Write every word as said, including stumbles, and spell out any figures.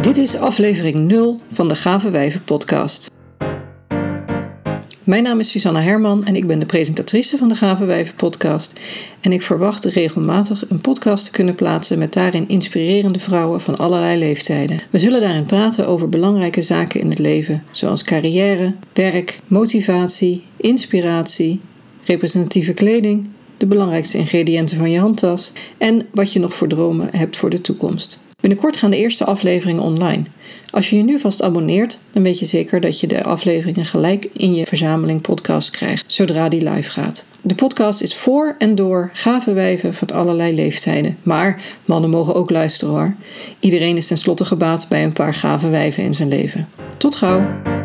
Dit is aflevering nul van de Gave Wijven podcast. Mijn naam is Susanna Herman en ik ben de presentatrice van de Gave Wijven podcast. En ik verwacht regelmatig een podcast te kunnen plaatsen met daarin inspirerende vrouwen van allerlei leeftijden. We zullen daarin praten over belangrijke zaken in het leven, zoals carrière, werk, motivatie, inspiratie, representatieve kleding, de belangrijkste ingrediënten van je handtas en wat je nog voor dromen hebt voor de toekomst. Binnenkort gaan de eerste afleveringen online. Als je je nu vast abonneert, dan weet je zeker dat je de afleveringen gelijk in je verzameling podcast krijgt, zodra die live gaat. De podcast is voor en door gave wijven van allerlei leeftijden. Maar mannen mogen ook luisteren hoor. Iedereen is tenslotte gebaat bij een paar gave wijven in zijn leven. Tot gauw!